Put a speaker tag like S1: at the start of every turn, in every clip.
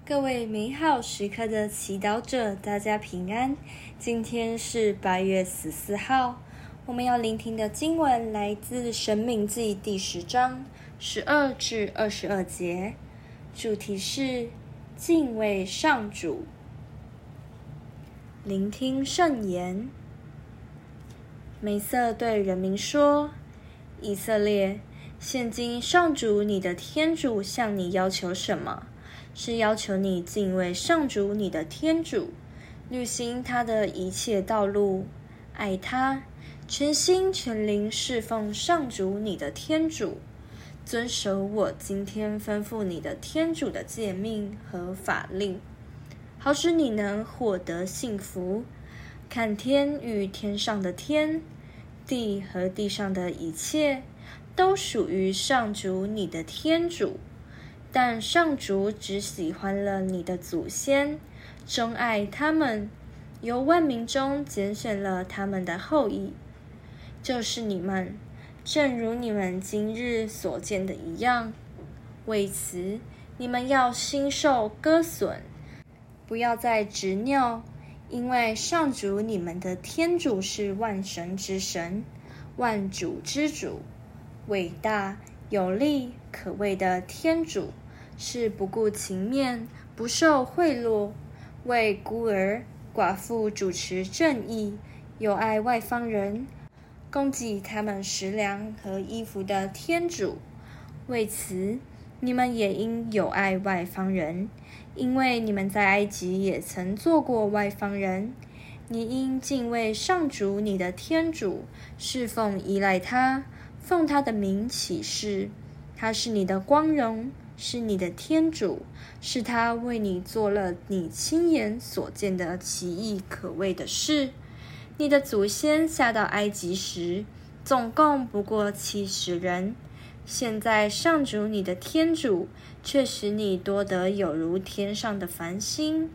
S1: 各位美好时刻的祈祷者，大家平安。今天是8月14号，我们要聆听的经文来自《申命记》第10章12至22节，主题是敬畏上主。聆听圣言。梅瑟对人民说：以色列，现今上主你的天主向你要求什么？是要求你敬畏上主你的天主，履行他的一切道路，爱他，全心全灵侍奉上主你的天主，遵守我今天吩咐你的天主的诫命和法令，好使你能获得幸福。看天与天上的天，地和地上的一切，都属于上主你的天主。但上主只喜欢了你的祖先，钟爱他们，由万民中拣选了他们的后裔，就是你们，正如你们今日所见的一样。为此，你们要心受割损，不要再执拗，因为上主你们的天主是万神之神，万主之主，伟大有力可畏的天主，是不顾情面，不受贿赂，为孤儿寡妇主持正义，友爱外邦人，供给他们食粮和衣服的天主。为此，你们也应友爱外邦人，因为你们在埃及也曾做过外邦人。你应敬畏上主你的天主，侍奉依赖他，奉他的名起誓，他是你的光荣，是你的天主，是他为你做了你亲眼所见的奇异可畏的事。你的祖先下到埃及时，总共不过70人，现在上主你的天主却使你多得有如天上的繁星。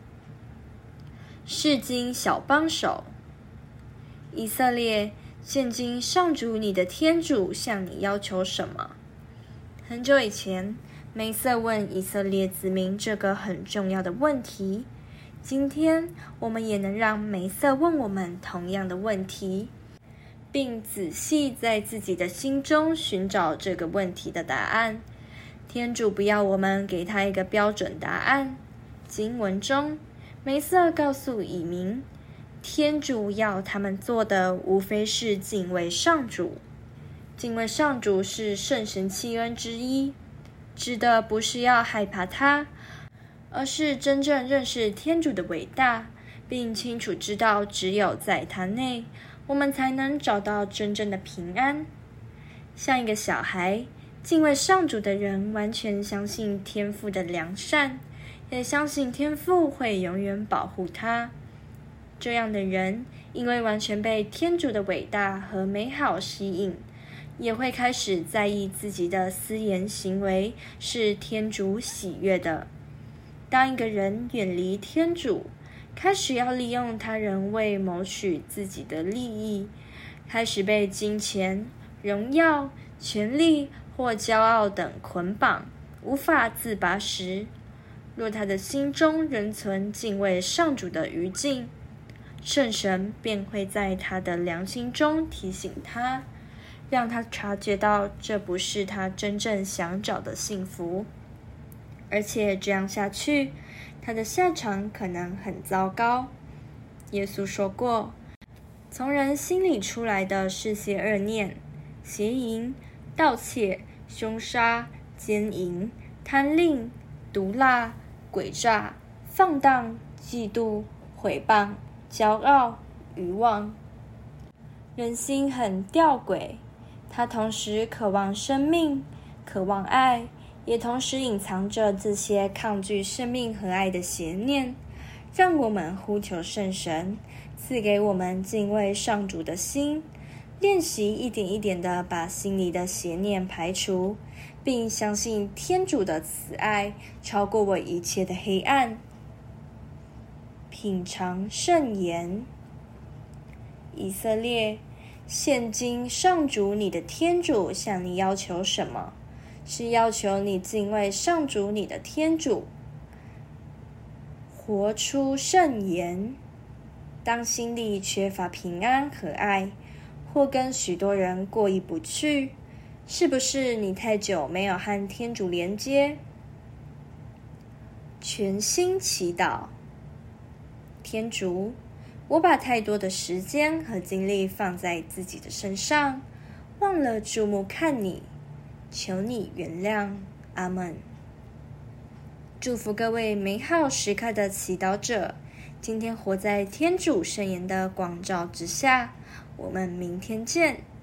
S1: 释经小帮手。以色列，现今上主你的天主向你要求什么？很久以前，梅瑟问以色列子民这个很重要的问题。今天我们也能让梅瑟问我们同样的问题，并仔细在自己的心中寻找这个问题的答案。天主不要我们给他一个标准答案。经文中，梅瑟告诉以民，天主要他们做的无非是敬畏上主。敬畏上主是圣神七恩之一，指的不是要害怕他，而是真正认识天主的伟大，并清楚知道只有在他内，我们才能找到真正的平安。像一个小孩，敬畏上主的人完全相信天父的良善，也相信天父会永远保护他。这样的人，因为完全被天主的伟大和美好吸引，也会开始在意自己的思言行为是天主喜悦的。当一个人远离天主，开始要利用他人为谋取自己的利益，开始被金钱、荣耀、权力或骄傲等捆绑，无法自拔时，若他的心中仍存敬畏上主的余烬，圣神便会在他的良心中提醒他，让他察觉到这不是他真正想找的幸福，而且这样下去，他的下场可能很糟糕。耶稣说过，从人心里出来的是些恶念、邪淫、盗窃、凶杀、奸淫、贪吝、毒辣、诡诈、放荡、嫉妒、毁谤、骄傲、愚妄。人心很吊诡，他同时渴望生命，渴望爱，也同时隐藏着这些抗拒生命和爱的邪念。让我们呼求圣神，赐给我们敬畏上主的心，练习一点一点地把心里的邪念排除，并相信天主的慈爱超过我一切的黑暗。品尝圣言。以色列，现今上主你的天主向你要求什么？是要求你敬畏上主你的天主， 活出圣言。当心里缺乏平安和爱，或跟许多人过意不去，是不是你太久没有和天主连接？全心祈祷。天主，我把太多的时间和精力放在自己的身上，忘了注目看你，求你原谅。阿们。祝福各位美好时刻的祈祷者，今天活在天主圣言的光照之下。我们明天见。